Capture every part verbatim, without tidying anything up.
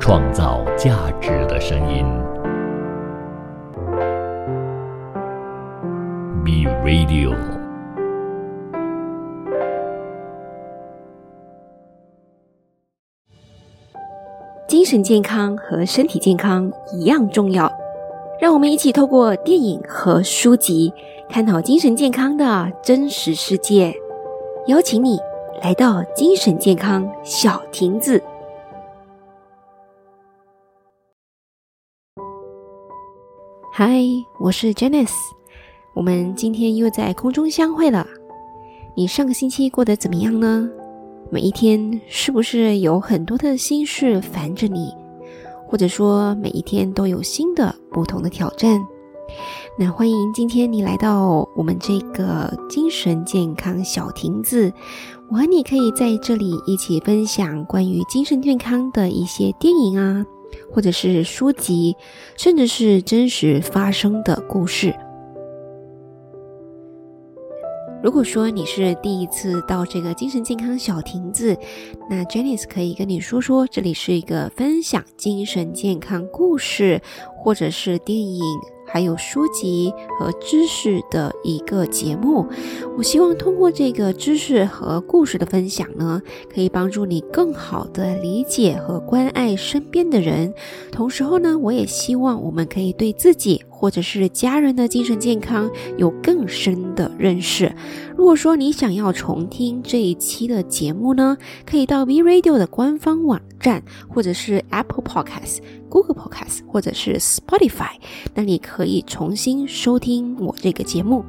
创造价值的声音。Be Radio。 精神健康和身体健康一样重要，让我们一起透过电影和书籍探讨精神健康的真实世界。邀请你来到精神健康小亭子。嗨，我是 Janice， 我们今天又在空中相会了。你上个星期过得怎么样呢？每一天是不是有很多的心事烦着你，或者说每一天都有新的不同的挑战？那欢迎今天你来到我们这个精神健康小亭子，我和你可以在这里一起分享关于精神健康的一些电影啊，或者是书籍，甚至是真实发生的故事。如果说你是第一次到这个精神健康小亭子，那 Janice 可以跟你说说，这里是一个分享精神健康故事，或者是电影，还有书籍和知识的一个节目。我希望通过这个知识和故事的分享呢，可以帮助你更好的理解和关爱身边的人。同时候呢，我也希望我们可以对自己或者是家人的精神健康有更深的认识。如果说你想要重听这一期的节目呢，可以到 Be Radio 的官方网站，或者是 Apple Podcast、Google Podcast 或者是 Spotify， 那你可以重新收听我这个节目。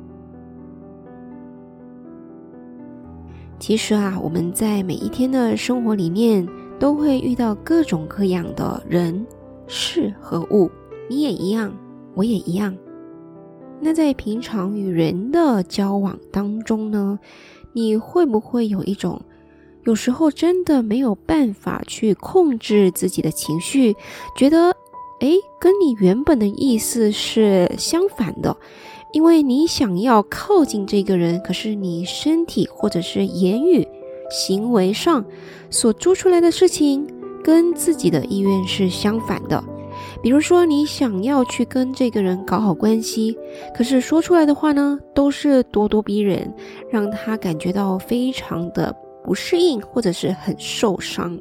其实啊，我们在每一天的生活里面都会遇到各种各样的人、事和物，你也一样，我也一样。那在平常与人的交往当中呢，你会不会有一种有时候真的没有办法去控制自己的情绪，觉得诶，跟你原本的意思是相反的，因为你想要靠近这个人，可是你身体或者是言语行为上所做出来的事情跟自己的意愿是相反的。比如说你想要去跟这个人搞好关系，可是说出来的话呢，都是咄咄逼人，让他感觉到非常的不适应，或者是很受伤。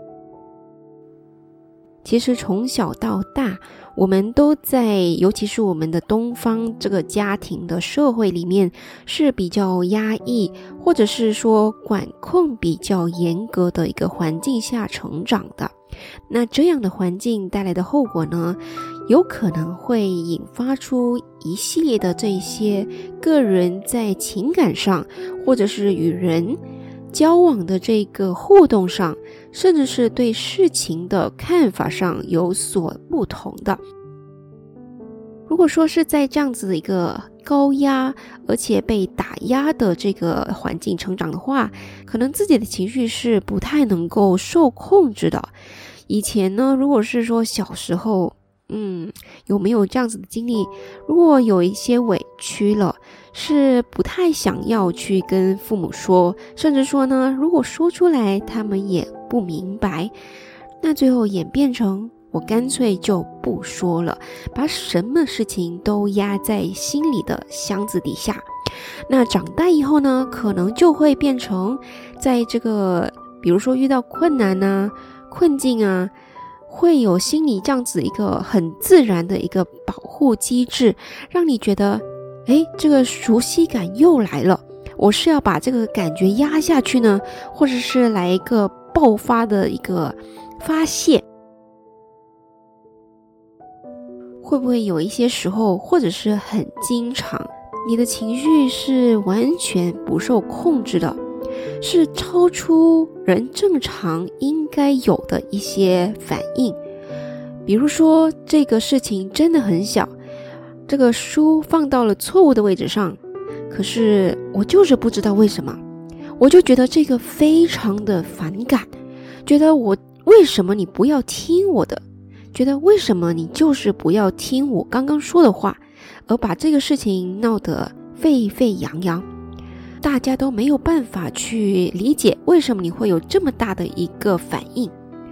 其实从小到大，我们都在，尤其是我们的东方这个家庭的社会里面，是比较压抑，或者是说管控比较严格的一个环境下成长的。那这样的环境带来的后果呢，有可能会引发出一系列的这些个人在情感上，或者是与人交往的这个互动上，甚至是对事情的看法上有所不同的。如果说是在这样子的一个高压而且被打压的这个环境成长的话，可能自己的情绪是不太能够受控制的。以前呢，如果是说小时候嗯，有没有这样子的经历，如果有一些委屈了，是不太想要去跟父母说，甚至说呢，如果说出来他们也不明白，那最后演变成我干脆就不说了，把什么事情都压在心里的箱子底下。那长大以后呢，可能就会变成在这个比如说遇到困难啊、困境啊，会有心理这样子一个很自然的一个保护机制，让你觉得诶，这个熟悉感又来了，我是要把这个感觉压下去呢，或者是来一个爆发的一个发泄。会不会有一些时候，或者是很经常，你的情绪是完全不受控制的，是超出人正常应该有的一些反应。比如说这个事情真的很小，这个书放到了错误的位置上，可是我就是不知道为什么，我就觉得这个非常的反感，觉得我为什么你不要听我的，觉得为什么你就是不要听我刚刚说的话，而把这个事情闹得沸沸扬扬，大家都没有办法去理解为什么你会有这么大的一个反应。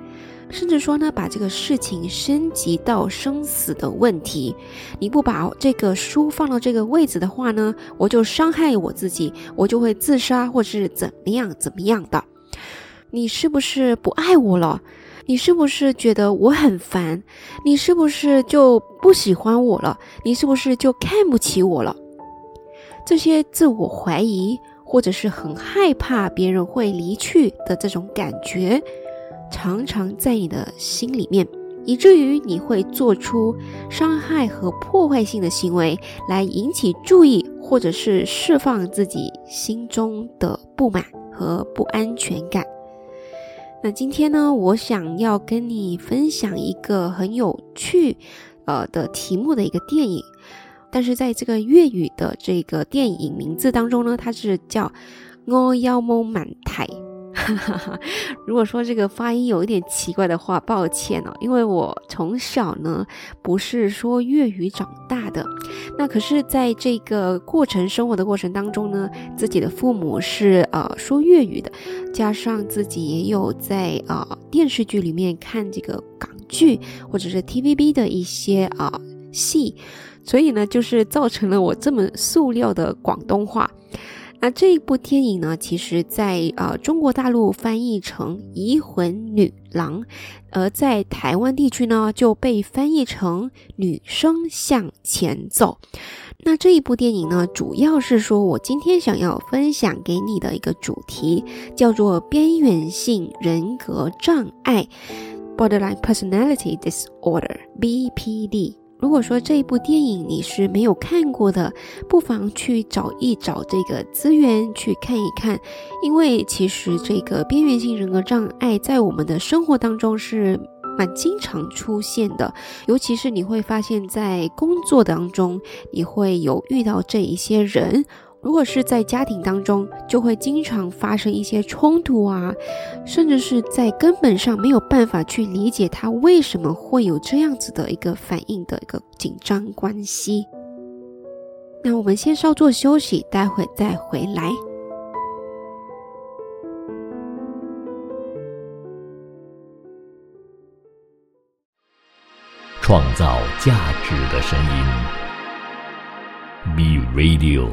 甚至说呢，把这个事情升级到生死的问题。你不把这个书放到这个位置的话呢，我就伤害我自己，我就会自杀，或是怎么样怎么样的。你是不是不爱我了？你是不是觉得我很烦？你是不是就不喜欢我了？你是不是就看不起我了？这些自我怀疑，或者是很害怕别人会离去的这种感觉，常常在你的心里面，以至于你会做出伤害和破坏性的行为，来引起注意，或者是释放自己心中的不满和不安全感。那今天呢，我想要跟你分享一个很有趣呃的题目的一个电影，但是在这个粤语的这个电影名字当中呢，它是叫我要摸满台。如果说这个发音有一点奇怪的话，抱歉哦，因为我从小呢不是说粤语长大的，那可是在这个过程生活的过程当中呢，自己的父母是呃说粤语的，加上自己也有在呃电视剧里面看这个港剧或者是 T V B 的一些啊、呃、戏，所以呢就是造成了我这么塑料的广东话。那这一部电影呢，其实在呃中国大陆翻译成移魂女郎，而在台湾地区呢就被翻译成女生向前走。那这一部电影呢，主要是说我今天想要分享给你的一个主题，叫做边缘性人格障碍 Borderline Personality Disorder B P D。如果说这一部电影你是没有看过的，不妨去找一找这个资源去看一看，因为其实这个边缘性人格障碍在我们的生活当中是蛮经常出现的，尤其是你会发现在工作当中你会有遇到这一些人，如果是在家庭当中就会经常发生一些冲突啊，甚至是在根本上没有办法去理解他为什么会有这样子的一个反应的一个紧张关系。那我们先稍作休息，待会再回来。 创造价值的声音 B Radio。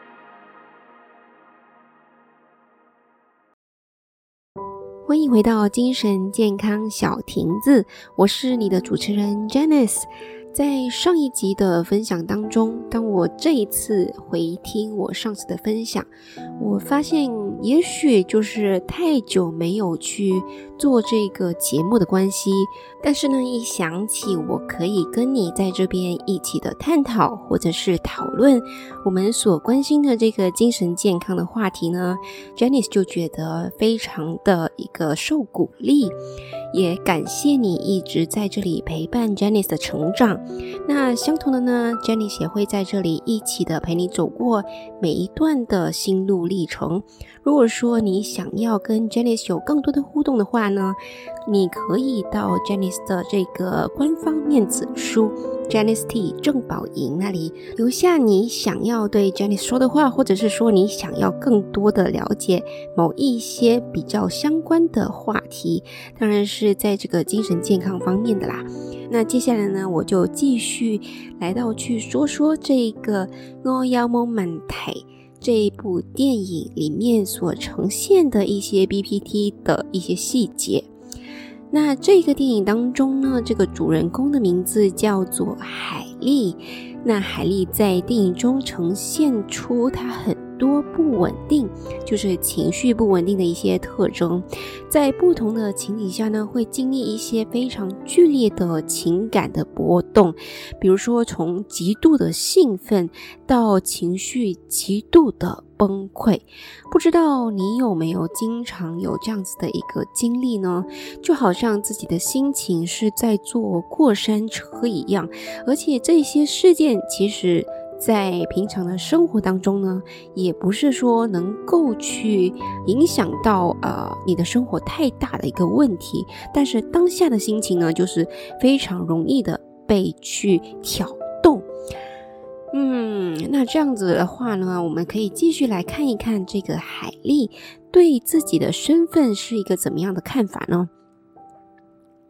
欢迎回到精神健康小亭子，我是你的主持人 Janice。 在上一集的分享当中，当我这一次回听我上次的分享，我发现也许就是太久没有去做这个节目的关系，但是呢，一想起我可以跟你在这边一起的探讨或者是讨论我们所关心的这个精神健康的话题呢， Janice 就觉得非常的一个受鼓励，也感谢你一直在这里陪伴 Janice 的成长。那相同的呢， Janice 也会在这里一起的陪你走过每一段的心路历程。如果说你想要跟 Janice 有更多的互动的话呢，你可以到 Janice 的这个官方面子书 Janice T 正宝营那里留下你想要对 Janice 说的话，或者是说你想要更多的了解某一些比较相关的话题，当然是在这个精神健康方面的啦。那接下来呢，我就继续来到去说说这个我要摸满台这一部电影里面所呈现的一些 B P D 的一些细节。那这个电影当中呢，这个主人公的名字叫做海莉。那海莉在电影中呈现出她很多不稳定，就是情绪不稳定的一些特征，在不同的情景下呢，会经历一些非常剧烈的情感的波动，比如说从极度的兴奋到情绪极度的崩溃。不知道你有没有经常有这样子的一个经历呢？就好像自己的心情是在坐过山车一样，而且这些事件其实在平常的生活当中呢，也不是说能够去影响到呃你的生活太大的一个问题，但是当下的心情呢，就是非常容易的被去挑动。嗯，那这样子的话呢，我们可以继续来看一看这个海莉对自己的身份是一个怎么样的看法呢？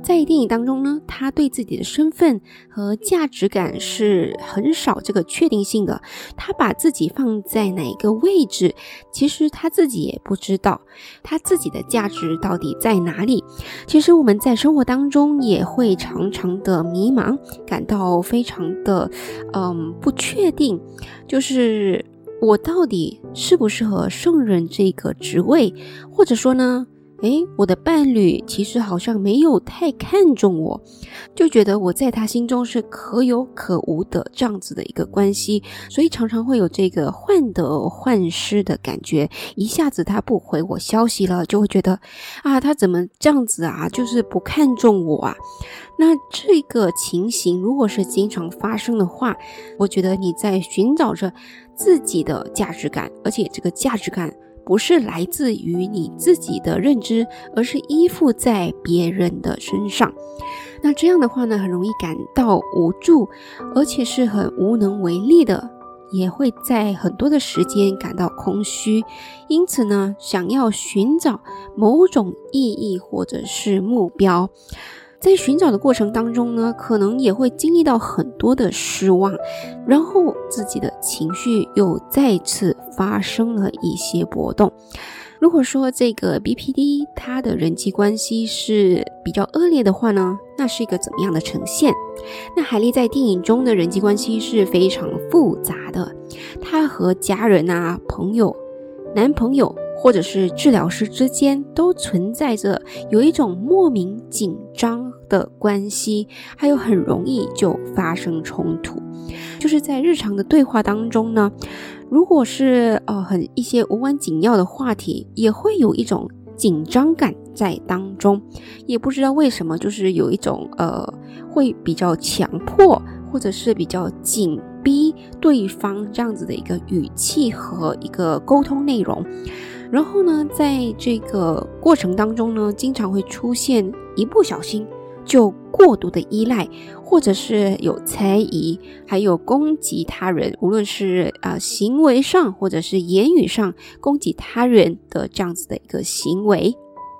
在电影当中呢，他对自己的身份和价值感是很少这个确定性的，他把自己放在哪个位置，其实他自己也不知道他自己的价值到底在哪里。其实我们在生活当中也会常常的迷茫，感到非常的嗯不确定，就是我到底适不适合胜任这个职位，或者说呢诶，我的伴侣其实好像没有太看重我，就觉得我在他心中是可有可无的这样子的一个关系，所以常常会有这个患得患失的感觉。一下子他不回我消息了，就会觉得啊，他怎么这样子啊，就是不看重我啊。那这个情形如果是经常发生的话，我觉得你在寻找着自己的价值感，而且这个价值感不是来自于你自己的认知，而是依附在别人的身上。那这样的话呢，很容易感到无助，而且是很无能为力的，也会在很多的时间感到空虚。因此呢，想要寻找某种意义或者是目标，在寻找的过程当中呢，可能也会经历到很多的失望，然后自己的情绪又再次发生了一些波动。如果说这个 B P D 它的人际关系是比较恶劣的话呢，那是一个怎么样的呈现？那海莉在电影中的人际关系是非常复杂的，她和家人啊、朋友、男朋友或者是治疗师之间都存在着有一种莫名紧张的关系，还有很容易就发生冲突。就是在日常的对话当中呢，如果是呃很一些无关紧要的话题，也会有一种紧张感在当中，也不知道为什么，就是有一种呃会比较强迫或者是比较紧逼对方这样子的一个语气和一个沟通内容。然后呢，在这个过程当中呢，经常会出现一不小心就过度的依赖，或者是有猜疑，还有攻击他人，无论是啊、呃、行为上或者是言语上攻击他人的这样子的一个行为。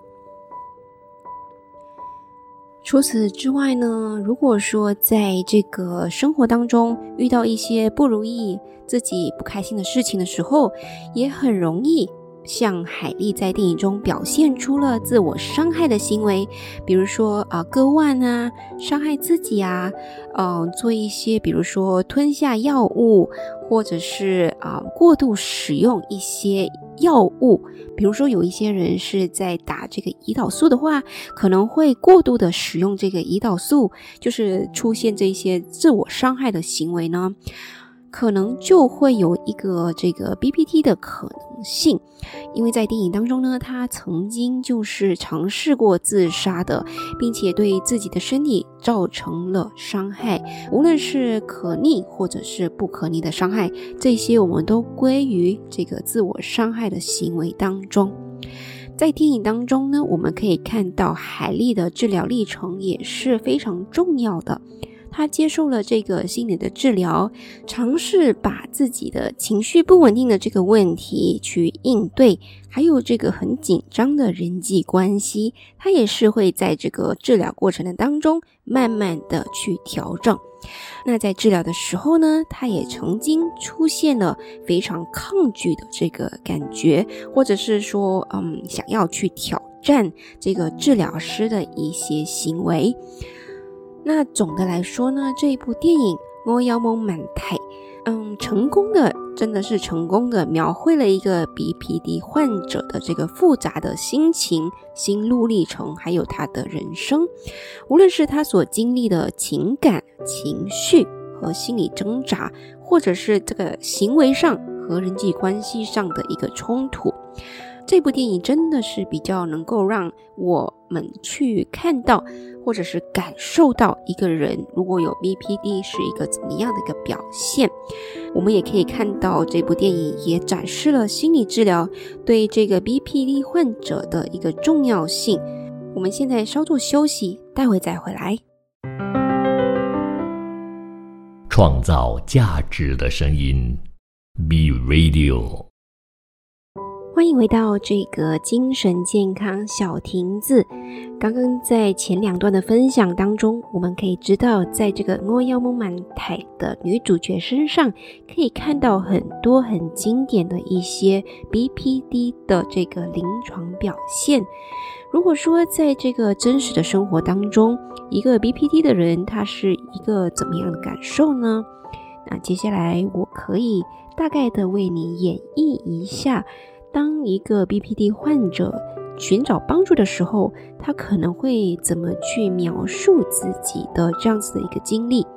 除此之外呢，如果说在这个生活当中遇到一些不如意、自己不开心的事情的时候，也很容易像海莉在电影中表现出了自我伤害的行为，比如说啊、呃、割腕啊，伤害自己啊，嗯、呃、做一些比如说吞下药物，或者是啊、呃、过度使用一些药物。比如说有一些人是在打这个胰岛素的话，可能会过度的使用这个胰岛素，就是出现这些自我伤害的行为呢，可能就会有一个这个 B P D 的可能性。因为在电影当中呢，他曾经就是尝试过自杀的，并且对自己的身体造成了伤害，无论是可逆或者是不可逆的伤害，这些我们都归于这个自我伤害的行为当中。在电影当中呢，我们可以看到海莉的治疗历程也是非常重要的。他接受了这个心理的治疗，尝试把自己的情绪不稳定的这个问题去应对，还有这个很紧张的人际关系，他也是会在这个治疗过程的当中慢慢的去调整。那在治疗的时候呢，他也曾经出现了非常抗拒的这个感觉，或者是说嗯，想要去挑战这个治疗师的一些行为。那总的来说呢，这一部电影我要蒙满台嗯，成功的真的是成功的描绘了一个 B P D 患者的这个复杂的心情、心路历程，还有他的人生。无论是他所经历的情感、情绪和心理挣扎，或者是这个行为上和人际关系上的一个冲突，这部电影真的是比较能够让我们去看到或者是感受到一个人如果有 B P D 是一个怎么样的一个表现。我们也可以看到这部电影也展示了心理治疗对这个 B P D 患者的一个重要性。我们现在稍作休息，待会再回来。 创造价值的声音 B Radio。 欢迎回到这个精神健康小亭子。刚刚在前两段的分享当中，我们可以知道在这个我要梦满台的女主角身上可以看到很多很经典的一些 B P D 的这个临床表现。如果说在这个真实的生活当中，一个 B P D 的人他是一个怎么样的感受呢？那接下来我可以大概的为你演绎一下，当一个 B P D 患者寻找帮助的时候，他可能会怎么去描述自己的这样子的一个经历。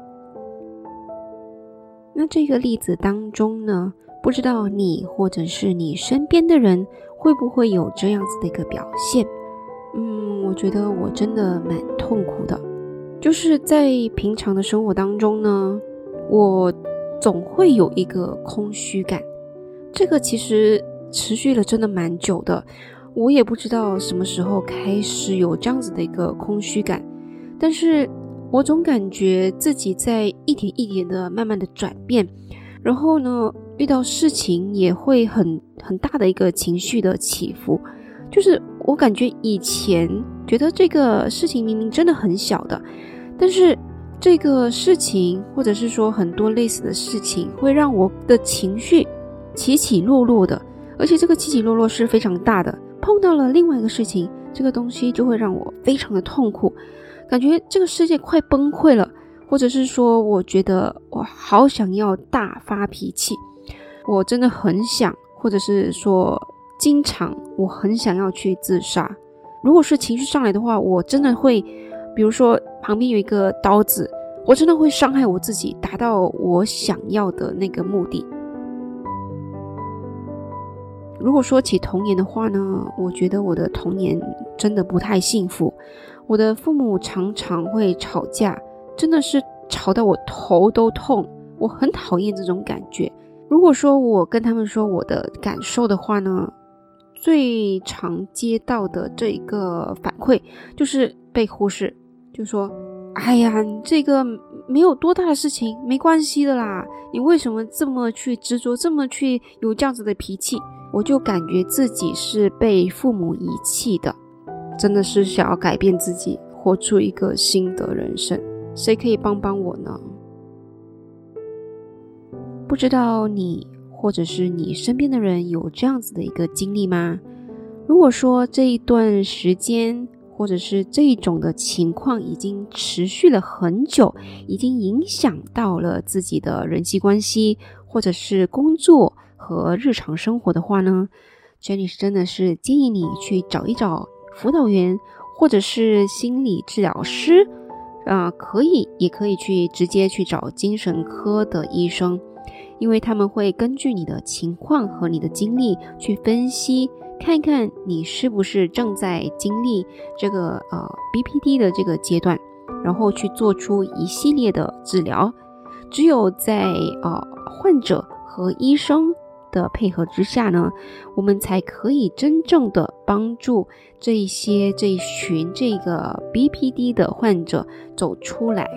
那这个例子当中呢，不知道你或者是你身边的人会不会有这样子的一个表现。嗯，我觉得我真的蛮痛苦的，就是在平常的生活当中呢，我总会有一个空虚感，这个其实持续了真的蛮久的，我也不知道什么时候开始有这样子的一个空虚感，但是我总感觉自己在一点一点的慢慢的转变，然后呢，遇到事情也会很很大的一个情绪的起伏，就是我感觉以前觉得这个事情明明真的很小的，但是这个事情或者是说很多类似的事情会让我的情绪起起落落的，而且这个起起落落是非常大的，碰到了另外一个事情，这个东西就会让我非常的痛苦，感觉这个世界快崩溃了，或者是说我觉得我好想要大发脾气，我真的很想，或者是说经常我很想要去自杀。如果是情绪上来的话，我真的会，比如说旁边有一个刀子，我真的会伤害我自己，达到我想要的那个目的。如果说起童年的话呢，我觉得我的童年真的不太幸福，我的父母常常会吵架，真的是吵到我头都痛，我很讨厌这种感觉。如果说我跟他们说我的感受的话呢，最常接到的这一个反馈就是被忽视，就说哎呀，这个没有多大的事情，没关系的啦，你为什么这么去执着，这么去有这样子的脾气？我就感觉自己是被父母遗弃的，真的是想要改变自己，活出一个新的人生，谁可以帮帮我呢？不知道你或者是你身边的人有这样子的一个经历吗？如果说这一段时间或者是这一种的情况已经持续了很久，已经影响到了自己的人际关系或者是工作和日常生活的话呢， Jenny 真的是建议你去找一找辅导员或者是心理治疗师，呃，可以也可以去直接去找精神科的医生，因为他们会根据你的情况和你的经历去分析，看看你是不是正在经历这个呃 B P D 的这个阶段，然后去做出一系列的治疗。只有在呃患者和医生的配合之下呢，我们才可以真正的帮助这一些这一群这个 B P D 的患者走出来。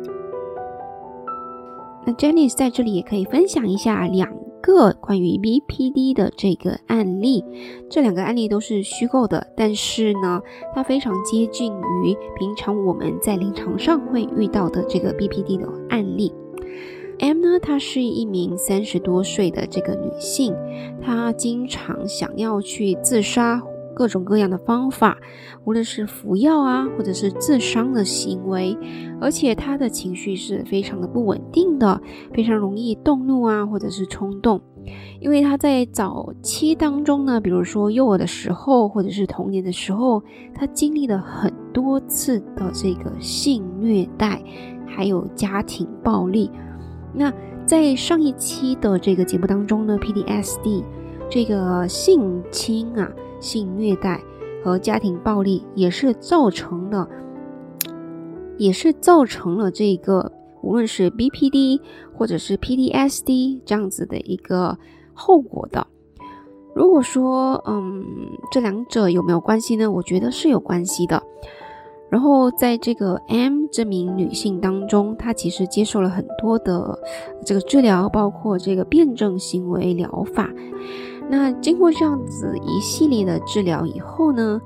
那 Jenny 在这里也可以分享一下两个关于 B P D 的这个案例，这两个案例都是虚构的，但是呢，它非常接近于平常我们在临床上会遇到的这个 B P D 的案例。M 呢，她是一名三十多岁的这个女性，她经常想要去自杀，各种各样的方法，无论是服药啊，或者是自伤的行为，而且她的情绪是非常的不稳定的，非常容易动怒啊，或者是冲动。因为她在早期当中呢，比如说幼儿的时候，或者是童年的时候，她经历了很多次的这个性虐待，还有家庭暴力。那在上一期的这个节目当中呢 P T S D 这个性侵啊、性虐待和家庭暴力也是造成了也是造成了这个无论是 B P D 或者是 P T S D 这样子的一个后果的。如果说嗯这两者有没有关系呢？我觉得是有关系的。然后在这个 M 这名女性当中，她其实接受了很多的这个治疗，包括这个辩证行为疗法。 那经过这样子一系列的治疗以后呢，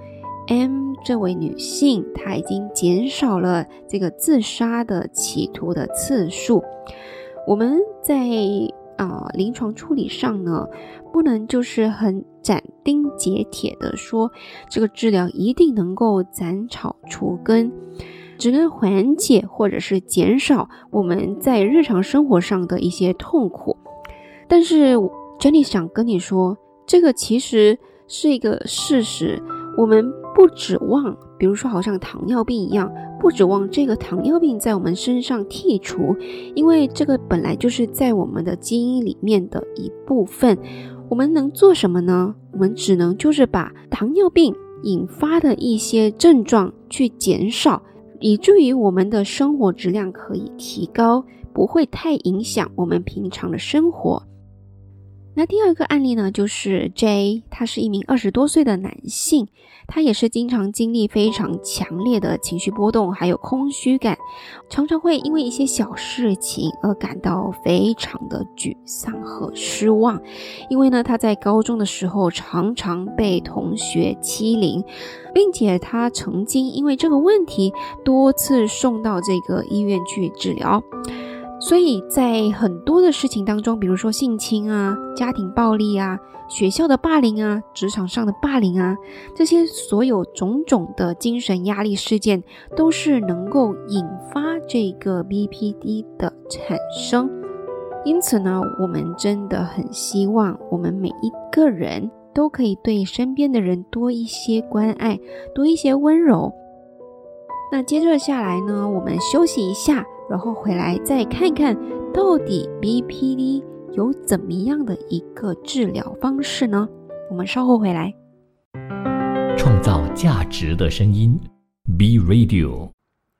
M 这位女性她已经减少了这个自杀的企图的次数。我们在呃临床处理上呢，不能就是很斩钉截铁的说这个治疗一定能够斩草除根，只能缓解或者是减少我们在日常生活上的一些痛苦。但是 Jenny 想跟你说，这个其实是一个事实，我们不指望，比如说好像糖尿病一样，不指望这个糖尿病在我们身上剔除，因为这个本来就是在我们的基因里面的一部分。我们能做什么呢？我们只能就是把糖尿病引发的一些症状去减少，以至于我们的生活质量可以提高，不会太影响我们平常的生活。那第二个案例呢，就是 J， 他是一名二十多岁的男性，他也是经常经历非常强烈的情绪波动，还有空虚感，常常会因为一些小事情而感到非常的沮丧和失望。因为呢，他在高中的时候常常被同学欺凌，并且他曾经因为这个问题多次送到这个医院去治疗。所以在很多的事情当中，比如说性侵啊、家庭暴力啊、学校的霸凌啊、职场上的霸凌啊，这些所有种种的精神压力事件都是能够引发这个 B P D 的产生。因此呢，我们真的很希望我们每一个人都可以对身边的人多一些关爱，多一些温柔。那接着下来呢，我们休息一下，然后回来再看看到底 B P D 有怎么样的一个治疗方式呢？我们稍后回来。 创造价值的声音 B Radio。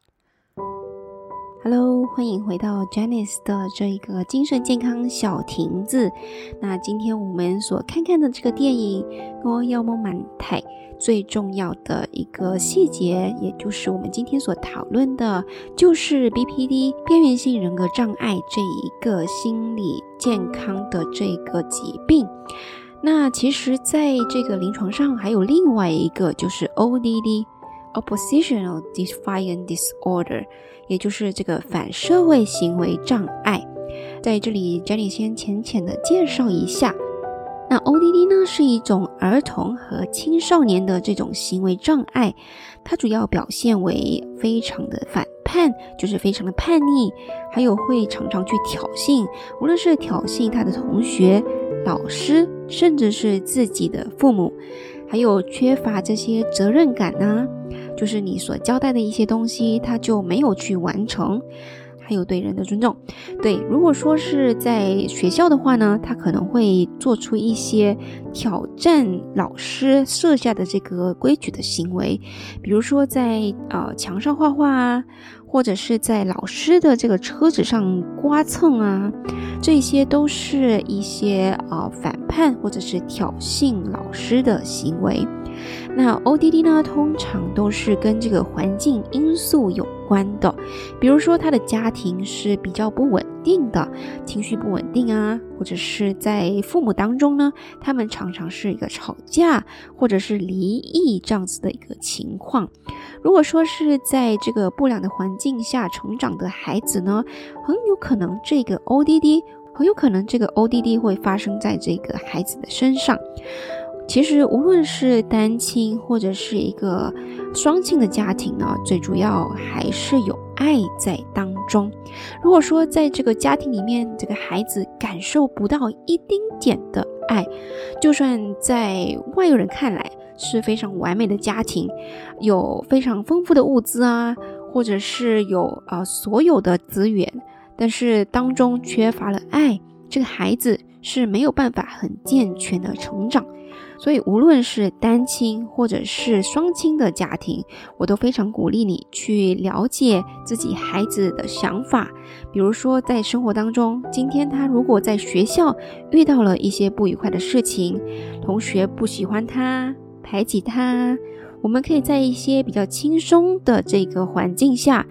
Hello， 欢迎回到 Janice 的这一个精神健康小亭子。那今天我们所看看的这个电影我要么满台最重要的一个细节，也就是我们今天所讨论的，就是 B P D 边缘性人格障碍这一个心理健康的这个疾病。那其实在这个临床上还有另外一个，就是 O D D Oppositional Defiant Disorder， 也就是这个反社会行为障碍。在这里 Jenny 先浅浅的介绍一下。那 O D D 呢，是一种儿童和青少年的这种行为障碍，它主要表现为非常的反叛，就是非常的叛逆，还有会常常去挑衅，无论是挑衅他的同学、老师，甚至是自己的父母，还有缺乏这些责任感啊，就是你所交代的一些东西他就没有去完成，还有对人的尊重。对，如果说是在学校的话呢，他可能会做出一些挑战老师设下的这个规矩的行为，比如说在呃墙上画画啊，或者是在老师的这个车子上刮蹭啊，这些都是一些呃反叛或者是挑衅老师的行为。那 O D D 呢，通常都是跟这个环境因素有关的，比如说他的家庭是比较不稳定的，情绪不稳定啊，或者是在父母当中呢，他们常常是一个吵架或者是离异这样子的一个情况。如果说是在这个不良的环境下成长的孩子呢，很有可能这个 O D D 很有可能这个 O D D 会发生在这个孩子的身上。其实无论是单亲或者是一个双亲的家庭呢，最主要还是有爱在当中。如果说在这个家庭里面，这个孩子感受不到一丁点的爱，就算在外人看来是非常完美的家庭，有非常丰富的物资啊，或者是有呃所有的资源，但是当中缺乏了爱，这个孩子是没有办法很健全的成长。所以无论是单亲或者是双亲的家庭，我都非常鼓励你去了解自己孩子的想法。比如说在生活当中，今天他如果在学校遇到了一些不愉快的事情，同学不喜欢他，排挤他，我们可以在一些比较轻松的这个环境下，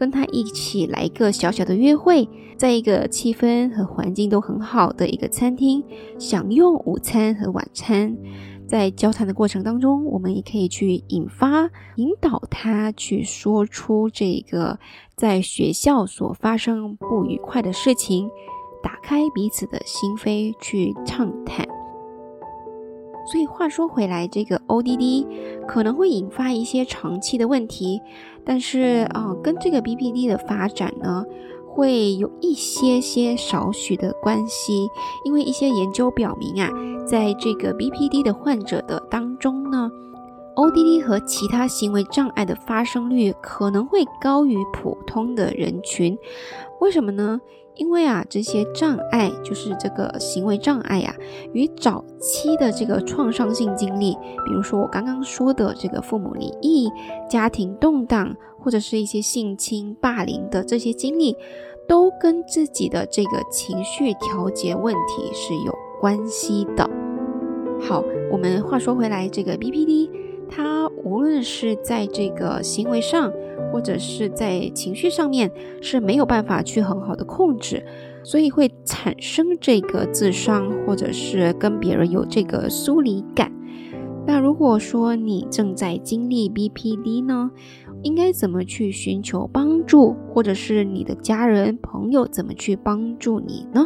跟他一起来一个小小的约会，在一个气氛和环境都很好的一个餐厅享用午餐和晚餐。在交谈的过程当中，我们也可以去引发引导他去说出这个在学校所发生不愉快的事情，打开彼此的心扉去畅谈。所以话说回来，这个 O D D 可能会引发一些长期的问题，但是、呃、跟这个 B P D 的发展呢会有一些些少许的关系。因为一些研究表明啊，在这个 B P D 的患者的当中呢， O D D 和其他行为障碍的发生率可能会高于普通的人群。为什么呢？因为啊，这些障碍就是这个行为障碍啊，与早期的这个创伤性经历，比如说我刚刚说的这个父母离异、家庭动荡，或者是一些性侵、霸凌的这些经历，都跟自己的这个情绪调节问题是有关系的。好，我们话说回来，这个 B P D 它无论是在这个行为上或者是在情绪上面是没有办法去很好的控制，所以会产生这个自伤，或者是跟别人有这个疏离感。那如果说你正在经历 B P D 呢，应该怎么去寻求帮助，或者是你的家人朋友怎么去帮助你呢？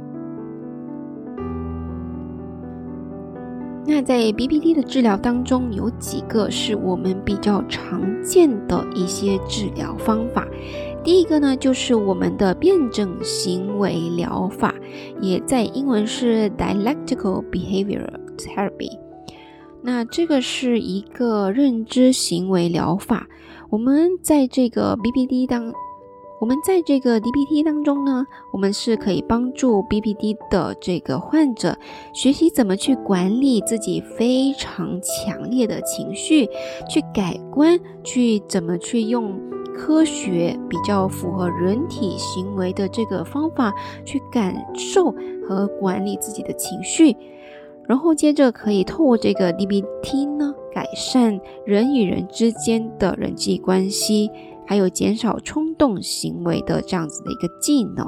那在 B P D 的治疗当中，有几个是我们比较常见的一些治疗方法。第一个呢，就是我们的辩证行为疗法，也在英文是 Dialectical Behavioral Therapy。那这个是一个认知行为疗法。我们在这个 B P D 当我们在这个 D B T 当中呢，我们是可以帮助 B P D 的这个患者学习怎么去管理自己非常强烈的情绪，去改观，去怎么去用科学比较符合人体行为的这个方法去感受和管理自己的情绪。然后接着可以透过这个 D B T 呢，改善人与人之间的人际关系，还有减少冲动行为的这样子的一个技能。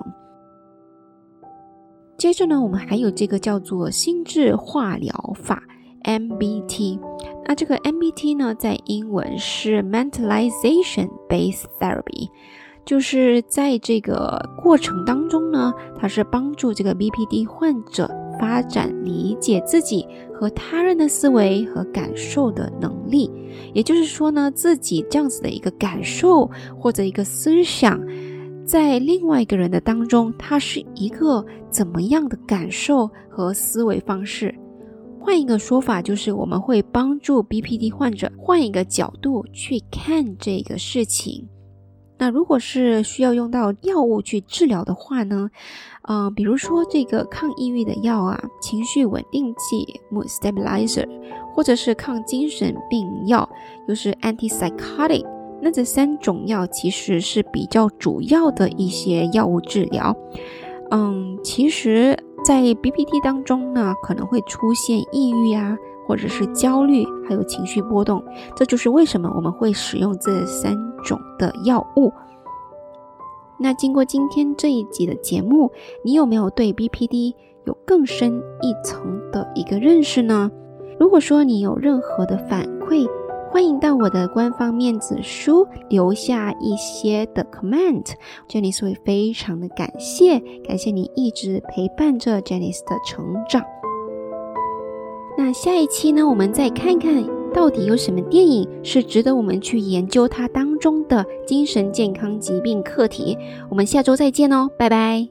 接着呢，我们还有这个叫做心智化疗法 M B T。 那这个 M B T 呢，在英文是 Mentalization Based Therapy， 就是在这个过程当中呢，它是帮助这个 B P D 患者发展理解自己和他人的思维和感受的能力。也就是说呢，自己这样子的一个感受或者一个思想，在另外一个人的当中，它是一个怎么样的感受和思维方式。换一个说法，就是我们会帮助 B P D 患者换一个角度去看这个事情。那如果是需要用到药物去治疗的话呢，呃，比如说这个抗抑郁的药啊，情绪稳定剂 Mood Stabilizer， 或者是抗精神病药，就是 Antipsychotic， 那这三种药其实是比较主要的一些药物治疗。嗯，其实在 B P D 当中呢，可能会出现抑郁啊，或者是焦虑，还有情绪波动，这就是为什么我们会使用这三种的药物。那经过今天这一集的节目，你有没有对 B P D 有更深一层的一个认识呢？如果说你有任何的反馈，欢迎到我的官方面子书留下一些的 comment， Janice 会非常的感谢，感谢你一直陪伴着 Janice 的成长。那下一期呢，我们再看看到底有什么电影是值得我们去研究它当中的精神健康疾病课题。我们下周再见哦，拜拜。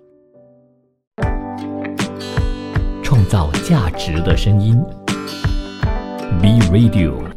创造价值的声音 B Radio。